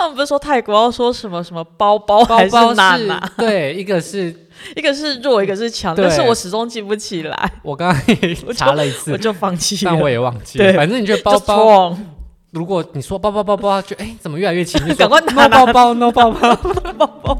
他们不是说泰国要说什么什么包包还是娜娜？ 对，一个是弱，一个是强，但是我始终记不起来。 我刚刚也查了一次， 我就放弃了， 但我也忘记了。反正你觉得包包，如果你说包包，就怎么越来越亲密？ 赶快拿 no 包包 no 包包 no 包包。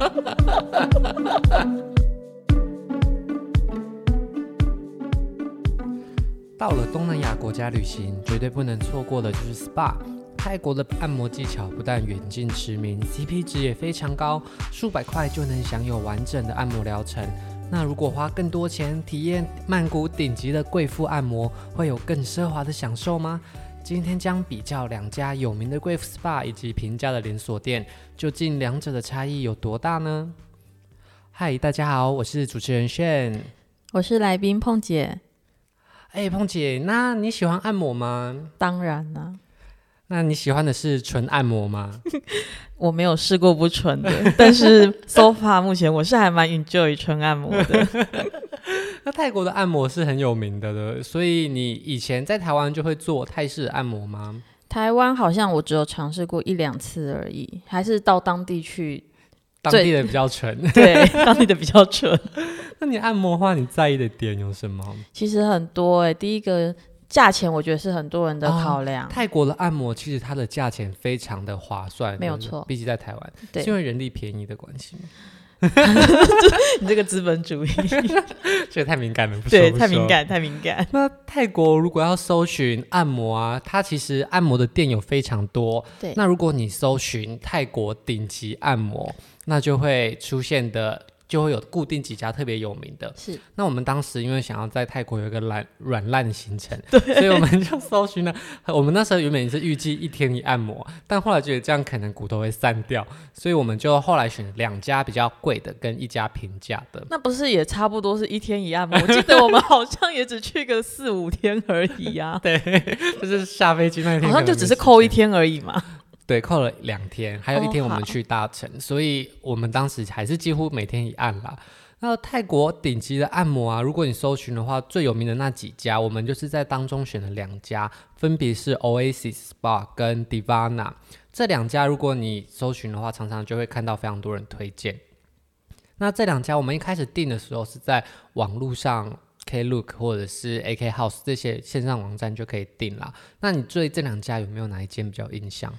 到了东南亚国家旅行，绝对不能错过的就是 SPA。泰国的按摩技巧不但远近驰名 ，CP 值也非常高，数百块就能享有完整的按摩疗程。那如果花更多钱体验曼谷顶级的贵妇按摩，会有更奢华的享受吗？今天将比较两家有名的贵妇 SPA 以及平价的连锁店，究竟两者的差异有多大呢？嗨，大家好，我是主持人炫， 我是来宾碰姐。 碰姐，那你喜欢按摩吗？ 当然啦。 那你喜欢的是纯按摩吗？ 我没有试过不纯的，但是 so far 目前我是还蛮 enjoy 纯按摩的。 那泰国的按摩是很有名的，所以你以前在台湾就会做泰式按摩吗？ 台湾好像我只有尝试过1-2次而已，还是到当地去。 当地的比较纯。 对，当地的比较纯。 那你按摩的话，你在意的点有什么？ 其实很多第一个价钱我觉得是很多人的考量。 泰国的按摩其实它的价钱非常的划算， 没有错， 比起在台湾， 是因为人力便宜的关系吗？ 你这个资本主义这个太敏感了，不说对，太敏感。 那泰国如果要搜寻按摩啊，它其实按摩的店有非常多。 对， 那如果你搜寻泰国顶级按摩，那就会出现的就会有固定几家特别有名的。 是。 那我们当时因为想要在泰国有一个软烂的行程， 对， 所以我们就搜寻了。我们那时候原本是预计1天1按摩，但后来觉得这样可能骨头会散掉，所以我们就后来选了2家比较贵的跟1家平价的。 那不是也差不多是1天1按摩？我记得我们好像也只去个4-5天而已啊。 对，就是下飞机那天好像就只是扣1天而已嘛。 对，扣了2天，还有1天我们去大城，所以我们当时还是几乎每天1按啦。那泰国顶级的按摩啊，如果你搜寻的话，最有名的那几家，我们就是在当中选了2家，分别是 Oasis Spa 跟 Divana。这2家如果你搜寻的话，常常就会看到非常多人推荐。那这2家我们一开始订的时候是在网络上 Klook 或者是 AK House 这些线上网站就可以订啦。那你对这2家有没有哪一间比较有印象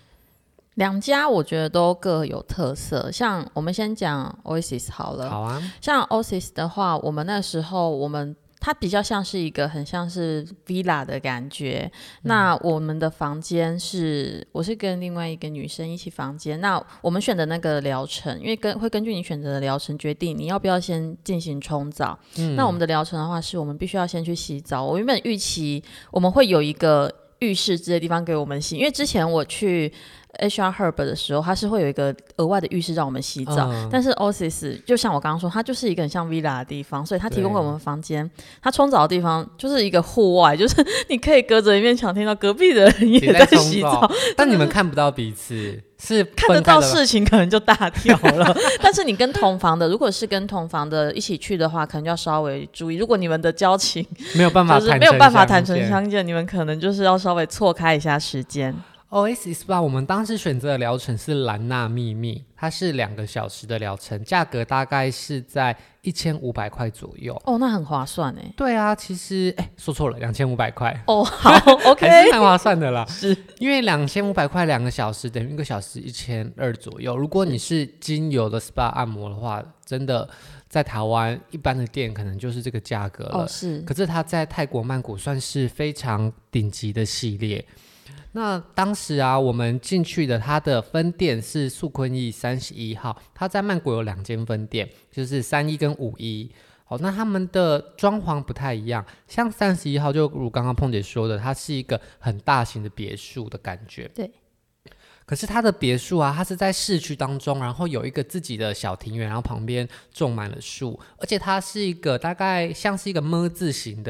？2家我觉得都各有特色，像我们先讲 Oasis 好了。 好啊。 像 Oasis 的话，我们那时候它比较像是一个很像是 villa 的感觉。那我们的房间我是跟另外一个女生一起房间。那我们选的那个疗程，因为会根据你选择的疗程决定你要不要先进行冲澡。那我们的疗程的话，是我们必须要先去洗澡。我原本预期我们会有一个浴室之类的地方给我们洗，因为之前我去HR Herb 的时候，它是会有一个额外的浴室让我们洗澡。但是 Oasis 就像我刚刚说，它就是一个很像 villa 的地方，所以它提供给我们房间，它冲澡的地方就是一个户外，就是你可以隔着一面墙听到隔壁的人也在洗澡， 但你们看不到彼此，是看得到事情可能就大条了。但是你跟同房的，如果是跟同房的一起去的话，可能就要稍微注意，如果你们的交情没有办法坦诚相见，你们可能就是要稍微错开一下时间。 Oasis Spa 我们当时选择的疗程是兰纳秘密，它是2个小时的疗程，价格大概是在1500块左右。 哦，那很划算耶。 对啊，其实说错了，2500块。 哦，好，OK， 还是蛮划算的啦。 是因为2500块2个小时等于1个小时1200左右。如果你是精油的 SPA 按摩的话，真的在台湾一般的店可能就是这个价格了。 是。 可是它在泰国曼谷算是非常顶级的系列。那当时啊，我们进去的它的分店是素坤驿31号，它在曼谷有2间分店，就是31跟51。好，那他们的装潢不太一样，像31号就如刚刚碰姐说的，它是一个很大型的别墅的感觉。 对。 可是它的别墅啊，它是在市区当中，然后有一个自己的小庭园，然后旁边种满了树，而且它是一个大概像是一个么字形的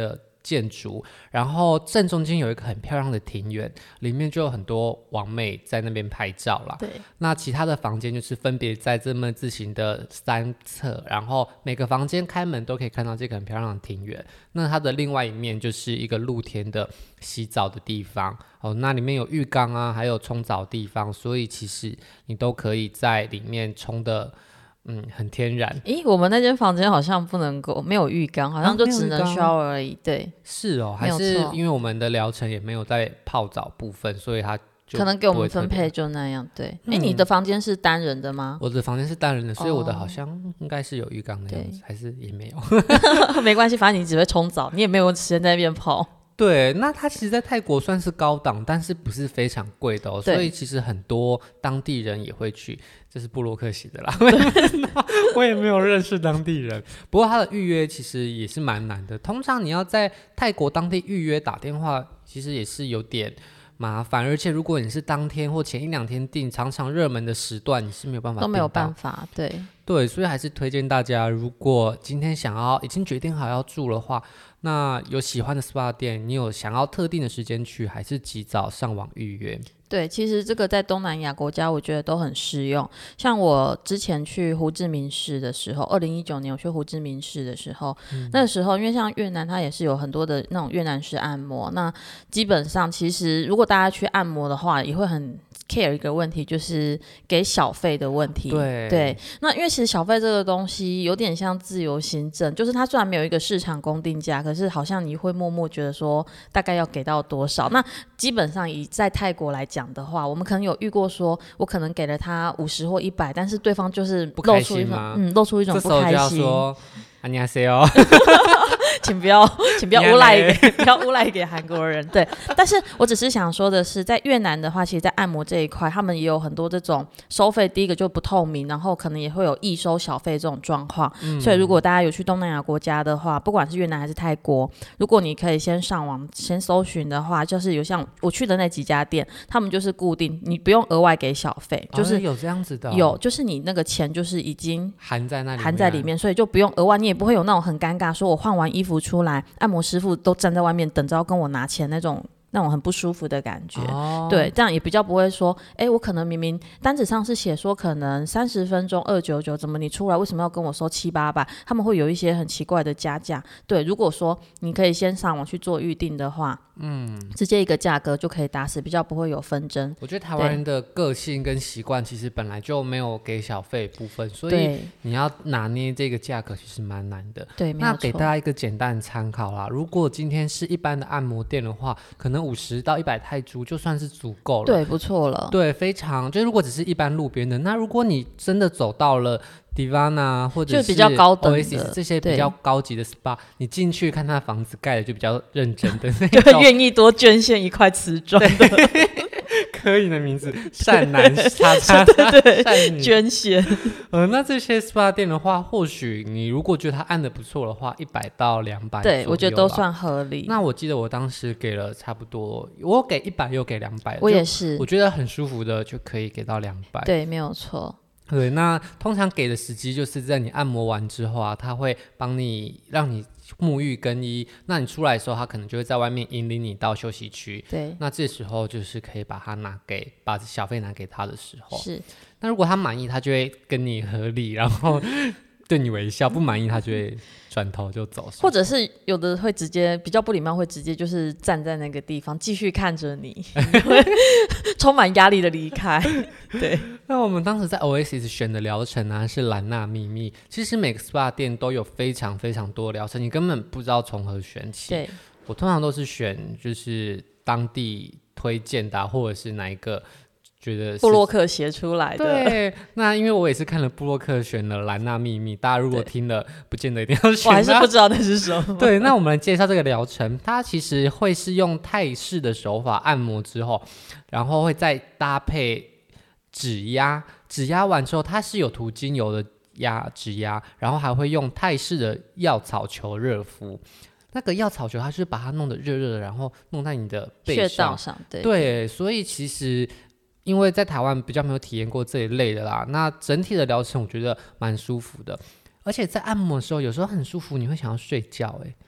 建筑，然后正中间有一个很漂亮的庭园，里面就有很多网美在那边拍照啦。 对， 那其他的房间就是分别在这么字形的三侧，然后每个房间开门都可以看到这个很漂亮的庭园。那它的另外一面就是一个露天的洗澡的地方哦，那里面有浴缸啊，还有冲澡地方，所以其实你都可以在里面冲的很天然。 我们那间房间好像不能够，没有浴缸，好像就只能 shower 而已。对， 是哦，还是因为我们的疗程也没有在泡澡部分，所以它就可能给我们分配就那样。对，你的房间是单人的吗？ 我的房间是单人的，所以我的好像应该是有浴缸的样子，还是也没有。 没关系，反正你只会冲澡，你也没有时间在那边泡。 对，那它其实在泰国算是高档，但是不是非常贵的哦，所以其实很多当地人也会去，这是部落客写的啦。我也没有认识当地人，不过他的预约其实也是蛮难的。通常你要在泰国当地预约打电话，其实也是有点麻烦，而且如果你是当天或前1-2天订，常常热门的时段你是没有办法订到， 都没有办法。 对，所以还是推荐大家，如果今天已经决定好要住的话，那有喜欢的 SPA 店，你有想要特定的时间去，还是及早上网预约。 对，其实这个在东南亚国家我觉得都很适用。像我之前去胡志明市的时候，2019年我去胡志明市的时候，那个时候因为像越南它也是有很多的那种越南式按摩，那基本上其实如果大家去按摩的话，也会很care 一个问题，就是给小费的问题。对，那因为其实小费这个东西有点像自由行政，就是它虽然没有一个市场公定价，可是好像你会默默觉得说大概要给到多少。那基本上在泰国来讲的话，我们可能有遇过说我可能给了他50或100，但是对方就是露出一种露出一种不开心。 这时候就要说안녕하세요 请不要诬赖给韩国人。对，但是我只是想说的是，在越南的话，其实在按摩这一块他们也有很多这种收费，第一个就不透明，然后可能也会有易收小费这种状况。所以如果大家有去东南亚国家的话，不管是越南还是泰国，如果你可以先上网先搜寻的话，就是有像我去的那几家店，他们就是固定，你不用额外给小费，就是有这样子的有，就是你那个钱就是已经含在里面，所以就不用额外，你也不会有那种很尴尬说我换完衣服出来，按摩师傅都站在外面等着要跟我拿钱那种很不舒服的感觉。对，这样也比较不会说我可能明明单子上是写说可能30分钟299，怎么你出来为什么要跟我收700-800，他们会有一些很奇怪的加价。对，如果说你可以先上网去做预定的话，直接一个价格就可以打死，比较不会有纷争。 我觉得台湾人的个性跟习惯其实本来就没有给小费部分，所以你要拿捏这个价格其实蛮难的。 对， 那给大家一个简单的参考啦，如果今天是一般的按摩店的话，可能50到100泰铢就算是足够了。 对，不错了。 对，非常就如果只是一般路边的，那如果你真的走到了Divana 或者是 Oasis 比较高等的这些比较高级的 SPA， 你进去看他的房子盖的就比较认真的那种，就会愿意多捐献一块瓷砖的。 科颖的名字善男叉叉对，捐献。 那这些 SPA 店的话，或许你如果觉得他按的不错的话，100到200， 对，我觉得都算合理。 那我记得我当时给了差不多，我给100又给200， 我也是， 我觉得很舒服的就可以给到200。 对，没有错。 对，那通常给的时机就是在你按摩完之后啊，他会帮你让你沐浴更衣，那你出来的时候，他可能就会在外面引领你到休息区。 对， 那这时候就是可以把小费拿给他的时候。 是， 那如果他满意，他就会跟你合理，然后对你微笑；不满意，他就会转头就走。 或者是有的会直接比较不礼貌，会直接就是站在那个地方继续看着你，会充满压力的离开。对， 那我们当时在 Oasis 选的疗程呢是兰纳秘密。其实每个 SPA 店都有非常非常多疗程，你根本不知道从何选起。 对， 我通常都是选就是当地推荐的，或者是哪一个觉得部落客写出来的。 对，那因为我也是看了部落客选了兰纳秘密，大家如果听了不见得一定要选。 我还是不知道那是什么。 对，那我们来介绍这个疗程，它其实会是用泰式的手法按摩之后，然后会再搭配指压完之后，它是有涂精油的指压，然后还会用泰式的药草球热敷。那个药草球它是把它弄得热热的，然后弄在你的背上穴道上。 对，所以其实因为在台湾比较没有体验过这一类的啦，那整体的疗程我觉得蛮舒服的，而且在按摩的时候有时候很舒服，你会想要睡觉。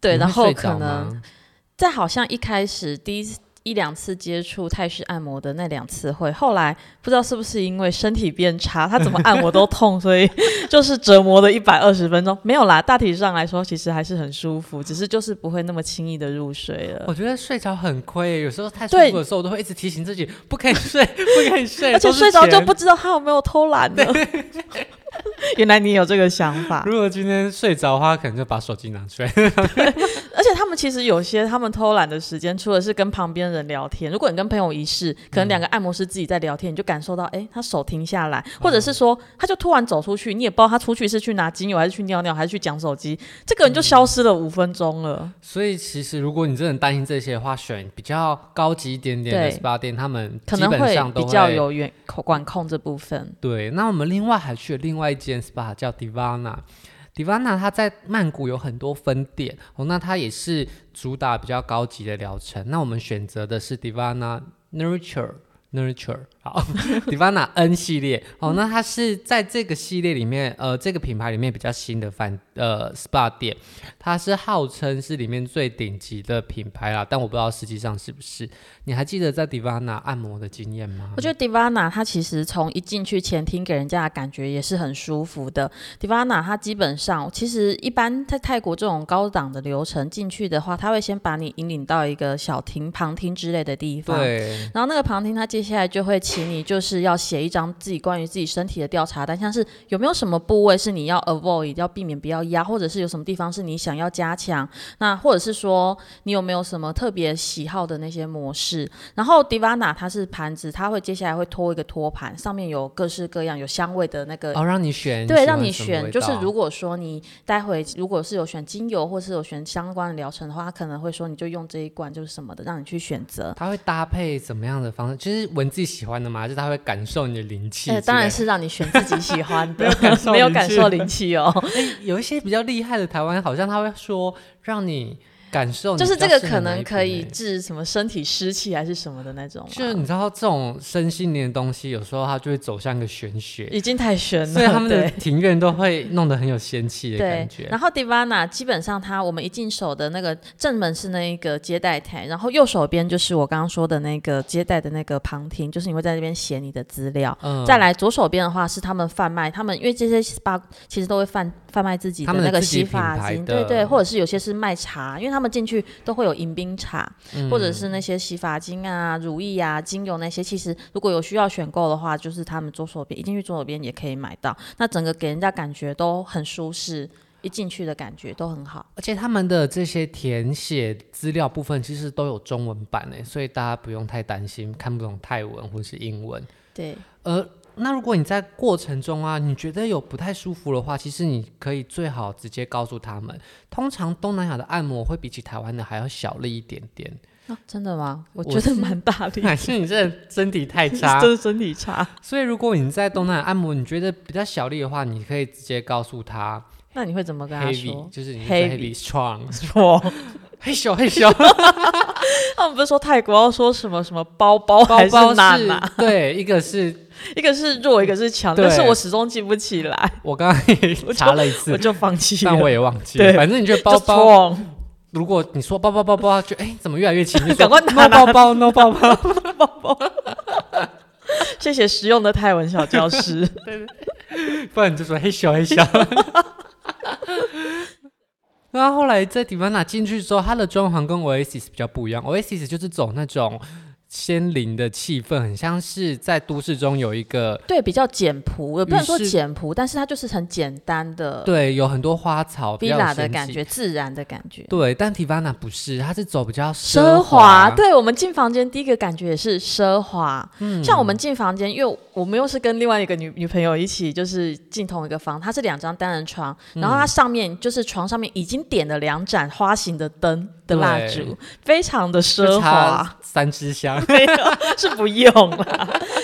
对，然后你会睡着可能吗？ 在好像一开始第一两次接触泰式按摩的那2次会，后来不知道是不是因为身体变差，他怎么按我都痛，所以就是折磨的120分钟。没有啦，大体上来说其实还是很舒服，只是就是不会那么轻易的入睡了。 我觉得睡着很亏，有时候太舒服的时候，我都会一直提醒自己不可以睡，不可以睡， 而且睡着就不知道他有没有偷懒了。原来你有这个想法。 如果今天睡着的话，可能就把手机拿出来。 而且他们其实有些他们偷懒的时间，除了是跟旁边人聊天，如果你跟朋友一试，可能2个按摩师自己在聊天，你就感受到他手停下来，或者是说他就突然走出去，你也不知道他出去是去拿精油还是去尿尿还是去讲手机，这个人就消失了5分钟了。 所以其实如果你真的担心这些的话，选比较高级一点点的 SPA 店，他们基本上都可能会比较有管控这部分。 对，那我们另外还去了另外一间 SPA 叫 Divana。Divana 它在曼谷有很多分店那它也是主打比较高级的疗程。那我们选择的是 Divana Nurture 好Divana N 系列那它是在这个系列里面这个品牌里面比较新的SPA 店，它是号称是里面最顶级的品牌啦，但我不知道实际上是不是。你还记得在 Divana 按摩的经验吗？ 我觉得 Divana 它其实从一进去前厅给人家的感觉也是很舒服的。Divana 它基本上其实一般在泰国这种高档的流程进去的话，它会先把你引领到一个小厅旁厅之类的地方， 对， 然后那个旁听他接下来就会请你就是要写一张自己关于自己身体的调查单，像是有没有什么部位是你要 avoid 要避免不要压，或者是有什么地方是你想要加强，那或者是说你有没有什么特别喜好的那些模式。然后 Divana 它是盘子，它会接下来会拖一个托盘，上面有各式各样有香味的那个让你选， 对，让你选。就是如果说你待会如果是有选精油或是有选相关的疗程的话，他可能会说你就用这一罐就是什么的，让你去选择。 他会搭配怎么样的方式？就是闻自己喜欢的吗？还是他会感受你的灵气？ 当然是让你选自己喜欢的，没有感受灵气哦。 有一些比较厉害的台湾，好像他会说让你感受， 就是这个可能可以治什么身体湿气还是什么的那种。 就你知道这种身心灵的东西，有时候它就会走向一个玄学， 已经太玄了， 所以他们的庭院都会弄得很有仙气的感觉。 然后 Divana 基本上我们一进手的那个正门是那一个接待台，然后右手边就是我刚刚说的那个接待的那个旁听，就是你会在那边写你的资料。再来左手边的话是他们贩卖，他们因为这些 SPA 其实都会贩卖自己的那个洗发精，对对，或者是有些是卖茶，因为他们进去都会有迎宾茶，或者是那些洗发精啊、乳液啊、精油那些，其实如果有需要选购的话，就是他们左手边一进去左手边也可以买到。那整个给人家感觉都很舒适，一进去的感觉都很好。 而且他们的这些填写资料部分其实都有中文版所以大家不用太担心看不懂泰文或是英文。 对， 那如果你在过程中啊，你觉得有不太舒服的话，其实你可以最好直接告诉他们。通常东南亚的按摩会比起台湾的还要小力一点点。 真的吗？我觉得蛮大力的。 还是你这身体太差？ 真的身体差。 所以如果你在东南亚按摩，你觉得比较小力的话，你可以直接告诉他。 那你会怎么跟他说 ？Heavy 就是你 heavy strong 嘿咻嘿咻。 他们不是说泰国要说什么什么包还是哪？ 对，一个是弱，一个是强，但是我始终记不起来。 我刚刚也查了一次， 我就放弃了， 但我也忘记了。反正你觉得包，如果你说包，就怎么越来越轻？ 赶快拿 no 包 no 包包。 谢谢实用的泰文小教师。 对，不然你就说嘿咻嘿咻。然后后来在 Divana 进去之后，它的装潢跟 Oasis 比较不一样。Oasis 就是走那种仙灵的气氛，很像是在都市中有一个对比较简朴，也不能说简朴，但是它就是很简单的， 对，有很多花草 villa 的感觉，自然的感觉。 对，但 Divana 不是，它是走比较奢华。对，我们进房间第一个感觉也是奢华。像我们进房间，因为我们又是跟另外一个女朋友一起，就是进同一个房，它是2张单人床，然后它上面就是床上面已经点了2盏花形的灯的蜡烛，非常的奢华， 3支香。 没有，是不用啦。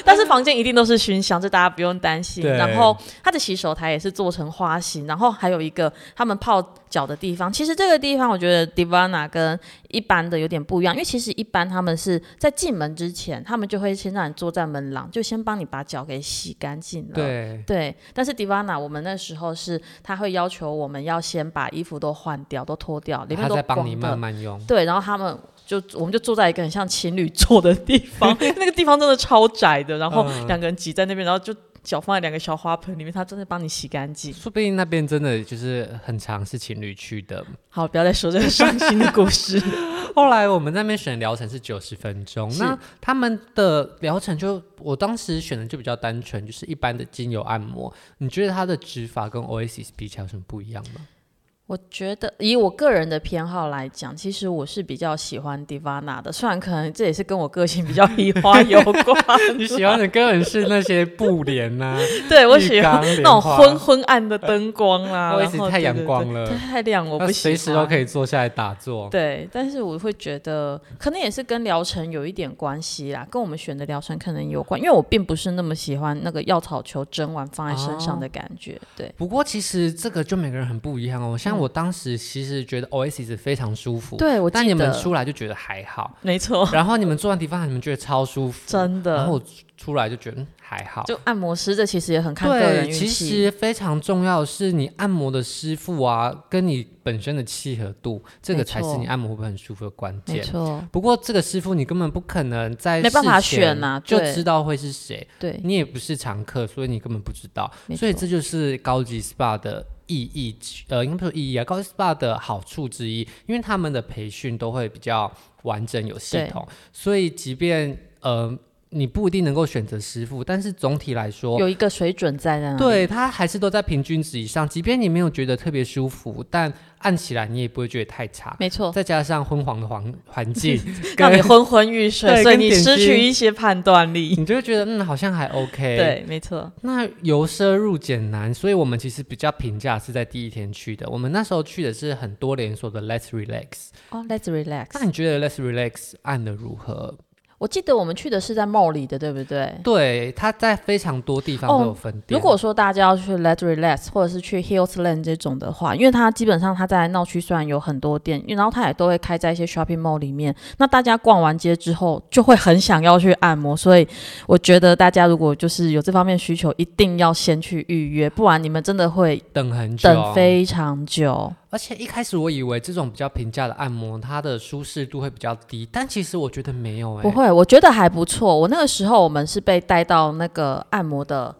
但是房间一定都是熏香，这大家不用担心。 对然后它的洗手台也是做成花形，然后还有一个他们泡脚的地方。其实这个地方我觉得 Divana 跟一般的有点不一样，因为其实一般他们是在进门之前，他们就会先让你坐在门廊，就先帮你把脚给洗干净了。对，但是 Divana 我们那时候是他会要求我们要先把衣服都换掉，都脱掉，里面都光的， 他再帮你慢慢用。 对，然后我们就坐在一个很像情侣坐的地方，那个地方真的超窄的，然后两个人挤在那边，然后就脚放在两个小花盆里面，他真的帮你洗干净。 说不定那边真的就是很常是情侣去的。 好，不要再说这个伤心的故事。 后来我们在那边选的疗程是90分钟，那他们的疗程我当时选的就比较单纯，就是一般的精油按摩。你觉得它的指法跟 Oasis 比起来有什么不一样吗？ 我觉得以我个人的偏好来讲，其实我是比较喜欢 Divana 的，虽然可能这也是跟我个性比较移花有关。 你喜欢的根本是那些布帘啊， 对，我喜欢那种昏暗的灯光啊， 然后太阳光了， 对，太亮我不喜欢， 随时都可以坐下来打坐。 对，但是我会觉得可能也是跟疗程有一点关系啦，跟我们选的疗程可能有关，因为我并不是那么喜欢那个药草球蒸完放在身上的感觉。对， 不过其实这个就每个人很不一样哦，像我当时其实觉得 Oasis 非常舒服， 对，我记得， 但你们出来就觉得还好， 没错。 然后你们做完地方，你们觉得超舒服， 真的。 然后我出来就觉得还好。 就按摩师这其实也很看个人运气。 对，其实非常重要的是你按摩的师傅啊，跟你本身的契合度，这个才是你按摩会不会很舒服的关键。 没错。 不过这个师傅你根本不可能在没办法选啊， 就知道会是谁。 对， 你也不是常客，所以你根本不知道。所以这就是高级 SPA 的意义，应该不是意义啊，高级 SPA 的好处之一，因为他们的培训都会比较完整有系统，所以即便你不一定能够选择师傅，但是总体来说有一个水准在那里， 对，它还是都在平均值以上。即便你没有觉得特别舒服，但按起来你也不会觉得太差。 没错， 再加上昏黄的环境， 让你昏昏欲睡，所以你失去一些判断力， 你就会觉得好像还 OK。 对，没错。 那由奢入俭难，所以我们其实比较平价是在第一天去的。我们那时候去的是很多连锁的 Let's Relax。 哦 ，Let's Relax。 那你觉得 Let's Relax 按的如何？ 我记得我们去的是在 mall 里的，对不对？ 对，它在非常多地方都有分店。 如果说大家要去 Let's Relax 或者是去 Hillsland 这种的话，因为它基本上它在闹区虽然有很多店，然后它也都会开在一些 shopping mall 里面。那大家逛完街之后就会很想要去按摩，所以我觉得大家如果就是有这方面需求，一定要先去预约，不然你们真的会等很久， 等非常久。 而且一开始我以为这种比较平价的按摩，它的舒适度会比较低，但其实我觉得没有不会，我觉得还不错。我那个时候我们是被带到那个按摩的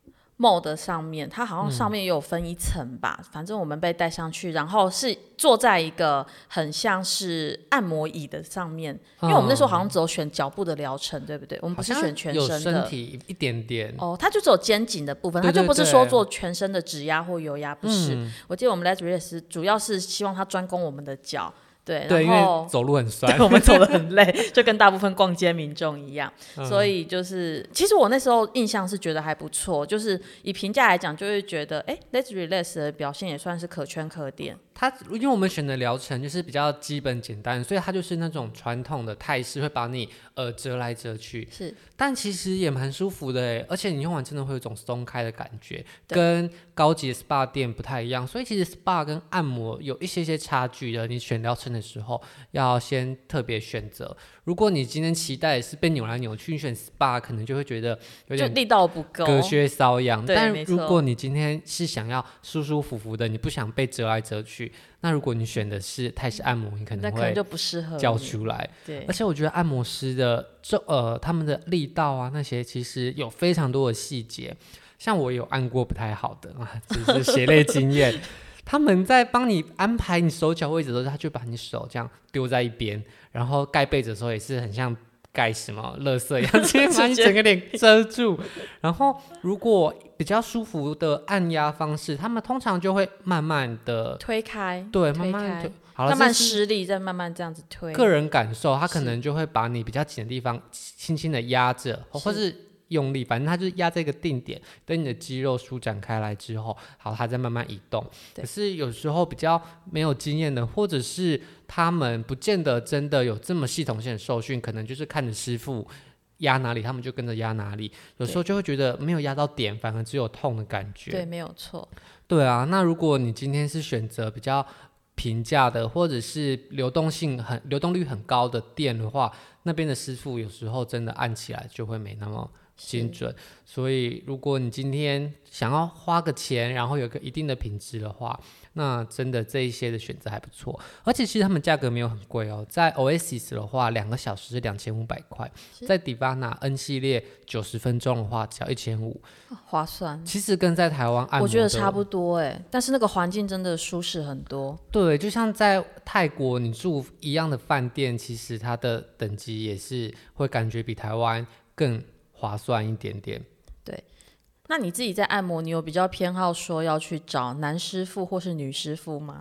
mall 上面，它好像上面也有分一层吧，反正我们被带上去，然后是坐在一个很像是按摩椅的上面，因为我们那时候好像只有选脚部的疗程，对不对？我们不是选全身的， 有身体一点点哦，它就只有肩颈的部分，它就不是说做全身的指压或油压，不是。我记得我们 Let's Relax 主要是希望它专攻我们的脚。对， 因为走路很酸， 对，我们走得很累，就跟大部分逛街民众一样。所以就是，其实我那时候印象是觉得还不错，就是以评价来讲，就会觉得，Let's Relax 的表现也算是可圈可点。 因为我们选的疗程就是比较基本简单，所以它就是那种传统的泰式，会把你折来折去， 是， 但其实也蛮舒服的耶，而且你用完真的会有一种松开的感觉，跟高级的 SPA 店不太一样，所以其实 SPA 跟按摩有一些差距的，你选疗程的时候要先特别选择。如果你今天期待是被扭来扭去，你选 SPA 可能就会觉得有点力道不够， 隔靴搔痒。但如果你今天是想要舒舒服服的，你不想被折来折去，那如果你选的是泰式按摩，你可能会就不适合叫出来。 对， 而且我觉得按摩师的他们的力道啊那些其实有非常多的细节，像我有按过不太好的啊，这是血泪经验。他们在帮你安排你手脚位置的时候，他就把你手这样丢在一边，然后盖被子的时候也是很像盖什么垃圾一样，直接把你整个脸遮住。然后如果比较舒服的按压方式，他们通常就会慢慢的推开， 对，慢慢推， 慢慢施力，再慢慢这样子推。 个人感受，他可能就会把你比较紧的地方轻轻的压着，或是用力，反正它就是压在一个定点，等你的肌肉舒展开来之后，好，它再慢慢移动。可是有时候比较没有经验的，或者是他们不见得真的有这么系统性的受训，可能就是看着师傅压哪里，他们就跟着压哪里，有时候就会觉得没有压到点，反而只有痛的感觉。 对，没有错。 对啊，那如果你今天是选择比较平价的，或者是流动率很高的店的话，那边的师傅有时候真的按起来就会没那么精准。所以如果你今天想要花个钱，然后有个一定的品质的话，那真的这一些的选择还不错。而且其实他们价格没有很贵哦，在 Oasis 的话2个小时是2500块，在 Divana N 系列90分钟的话只要1500， 划算。 其实跟在台湾按摩我觉得差不多但是那个环境真的舒适很多。 对，就像在泰国你住一样的饭店，其实它的等级也是会感觉比台湾更划算一点点。 对，那你自己在按摩，你有比较偏好说要去找男师傅或是女师傅吗？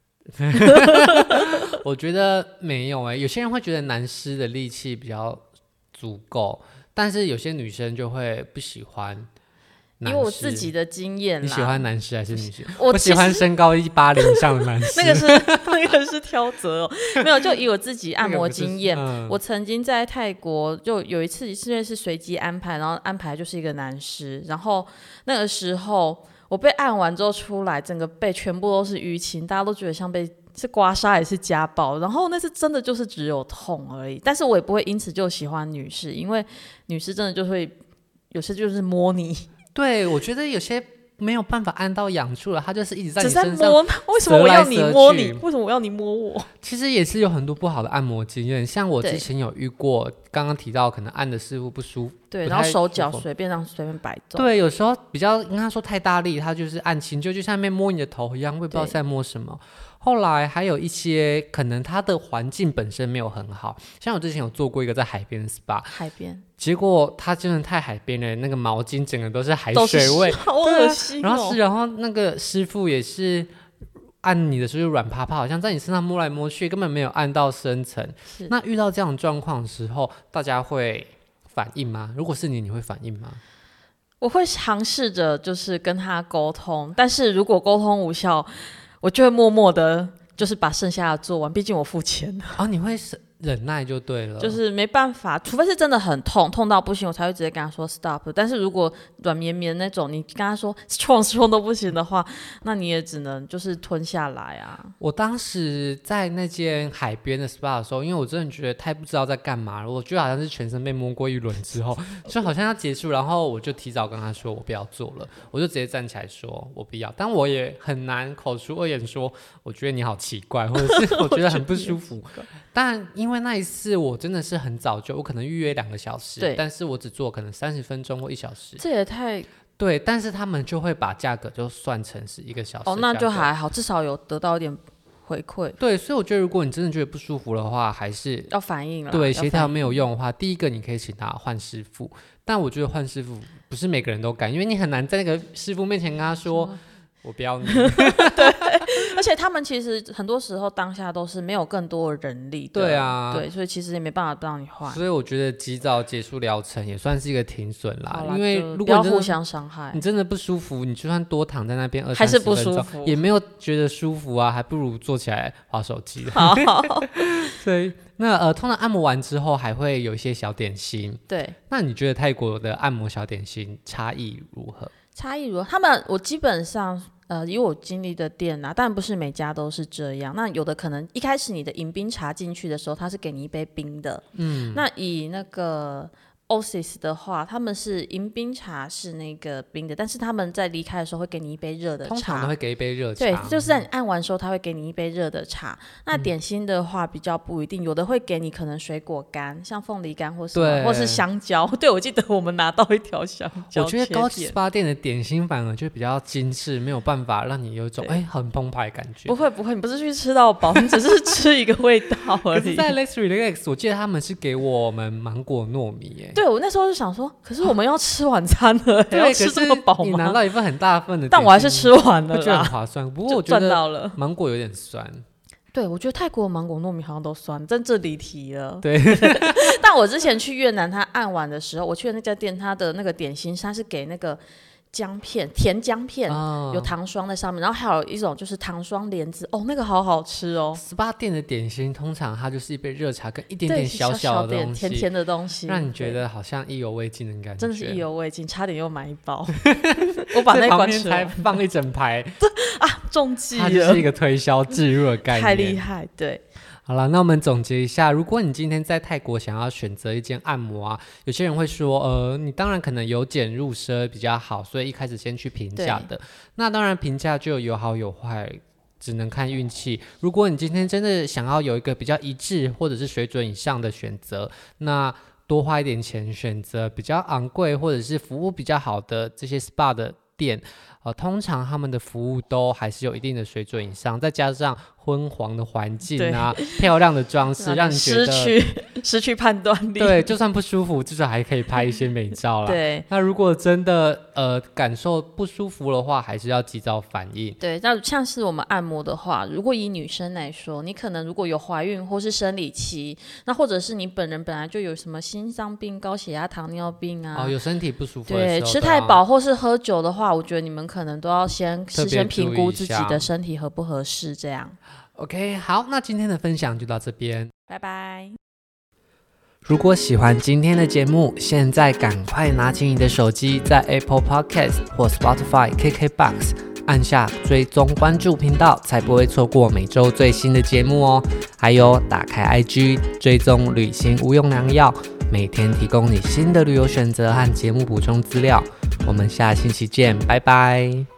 我觉得没有有些人会觉得男师的力气比较足够，但是有些女生就会不喜欢男师。 因为我自己的经验啦， 你喜欢男师还是女师？ 我喜欢身高180以上的男师。 那个是挑择哦，没有，就以我自己按摩经验，我曾经在泰国就有一次，因为是随机安排，然后安排就是一个男师，然后那个时候我被按完之后出来，整个背全部都是淤青，大家都觉得像被是刮痧还是家暴，然后那次真的就是只有痛而已，但是我也不会因此就喜欢女士，因为女士真的就会有些就是摸你。 对，我觉得有些没有办法按到痒处了，他就是一直在你身上摸，为什么我要你摸你？为什么我要你摸我？ 其实也是有很多不好的按摩经验，像我之前有遇过，刚刚提到可能按的师傅不舒服， 对，然后手脚随便摆动， 对，有时候比较应该说太大力，他就是按轻，就像面摸你的头一样，我也不知道在摸什么。后来还有一些可能它的环境本身没有很好，像我之前有做过一个在海边的 SPA， 海边， 结果它真的太海边了，那个毛巾整个都是海水味， 好恶心然后那个师傅也是按你的时候就软趴趴，好像在你身上摸来摸去，根本没有按到深层。那遇到这样的状况的时候，大家会反应吗？如果是你会反应吗？ 我会尝试着就是跟他沟通，但是如果沟通无效，我就会默默的，就是把剩下的做完，毕竟我付钱了。 你会忍耐就对了， 就是没办法，除非是真的很痛，痛到不行，我才会直接跟他说 stop。但是如果软绵绵那种，你跟他说 strong 都不行的话，那你也只能就是吞下来啊。 我当时在那间海边的 SPA 的时候，因为我真的觉得太不知道在干嘛了，我觉得好像是全身被摸过一轮之后，就好像要结束，然后我就提早跟他说我不要做了，我就直接站起来说我不要，但我也很难口出恶言说我觉得你好奇怪，或者是我觉得很不舒服。但因为那一次我真的是很早就，我可能预约2个小时，但是我只做可能30分钟或1小时， 这也太对，但是他们就会把价格就算成是1个小时。 那就还好，至少有得到一点回馈。 对，所以我觉得如果你真的觉得不舒服的话，还是要反应了。 对，协调没有用的话，第一个你可以请他换师傅，但我觉得换师傅不是每个人都敢，因为你很难在那个师傅面前跟他说我不要你。 对，而且他们其实很多时候当下都是没有更多的人力的。 对啊， 对，所以其实也没办法让你换。 所以我觉得及早结束疗程也算是一个停损啦，因为如果不要互相伤害， 你真的不舒服，你就算多躺在那边20-30分钟还是不舒服， 也没有觉得舒服啊，还不如坐起来滑手机。 好， 对，那通常按摩完之后还会有一些小点心。 对， 那你觉得泰国的按摩小点心差异如何？ 我基本上以我经历的店啊，当然不是每家都是这样。那有的可能一开始你的迎宾茶进去的时候，他是给你一杯冰的。那以那个Oasis 的话，他们是迎宾茶是那个冰的，但是他们在离开的时候会给你一杯热的茶， 通常都会给一杯热茶。 对，就是在你按完的时候，他会给你一杯热的茶。那点心的话比较不一定，有的会给你可能水果干，像凤梨干或什么，或是香蕉。对，我记得我们拿到一条香蕉。 我觉得高级 SPA 店的点心反而就比较精致，没有办法让你有一种很澎湃的感觉。 不会，你不是去吃到饱，你只是吃一个味道而已。 可是在 Let's Relax， 我记得他们是给我们芒果糯米耶。 对，我那时候就想说，可是我们要吃晚餐了，要吃这么饱吗？ 你拿到一份很大份的， 但我还是吃完了啦， 就很划算。不过我觉得芒果有点酸。 对，我觉得泰国的芒果糯米好像都酸，真这离题了。 对， 但我之前去越南，他按完的时候，我去的那家店，他的那个点心，他是给那个姜片，甜姜片，有糖霜在上面，然后还有一种就是糖霜莲子，那个好好吃哦。 SPA 店的点心通常它就是一杯热茶跟一点点小小的东西， 甜甜的东西， 让你觉得好像意犹未尽的感觉， 真的是意犹未尽，差点又买一包。我把那罐吃了， 旁边才放一整排中计了， 它就是一个推销置入的概念， 太厉害。对， 好了，那我们总结一下，如果你今天在泰国想要选择一间按摩啊，有些人会说，你当然可能由俭入奢比较好，所以一开始先去平价的。那当然平价就有好有坏，只能看运气。如果你今天真的想要有一个比较一致或者是水准以上的选择，那多花一点钱选择比较昂贵或者是服务比较好的这些 SPA 的店，通常他们的服务都还是有一定的水准以上，再加上昏黄的环境啊，漂亮的装饰，让你觉得失去判断力。 对，就算不舒服，至少还可以拍一些美照啦。 对， 那如果真的感受不舒服的话，还是要及早反应。 对，那像是我们按摩的话，如果以女生来说，你可能如果有怀孕或是生理期，那或者是你本来就有什么心脏病、高血压、糖尿病啊， 有身体不舒服的时候， 对，吃太饱或是喝酒的话，我觉得你们可能都要事先评估自己的身体合不合适，这样。 OK， 好，那今天的分享就到这边， 拜拜。 如果喜欢今天的节目，现在赶快拿起你的手机，在 Apple Podcast 或 Spotify、KKBox 按下追踪关注频道，才不会错过每周最新的节目哦。还有打开 IG 追踪旅行无用良药，每天提供你新的旅游选择和节目补充资料。我们下星期见，拜拜。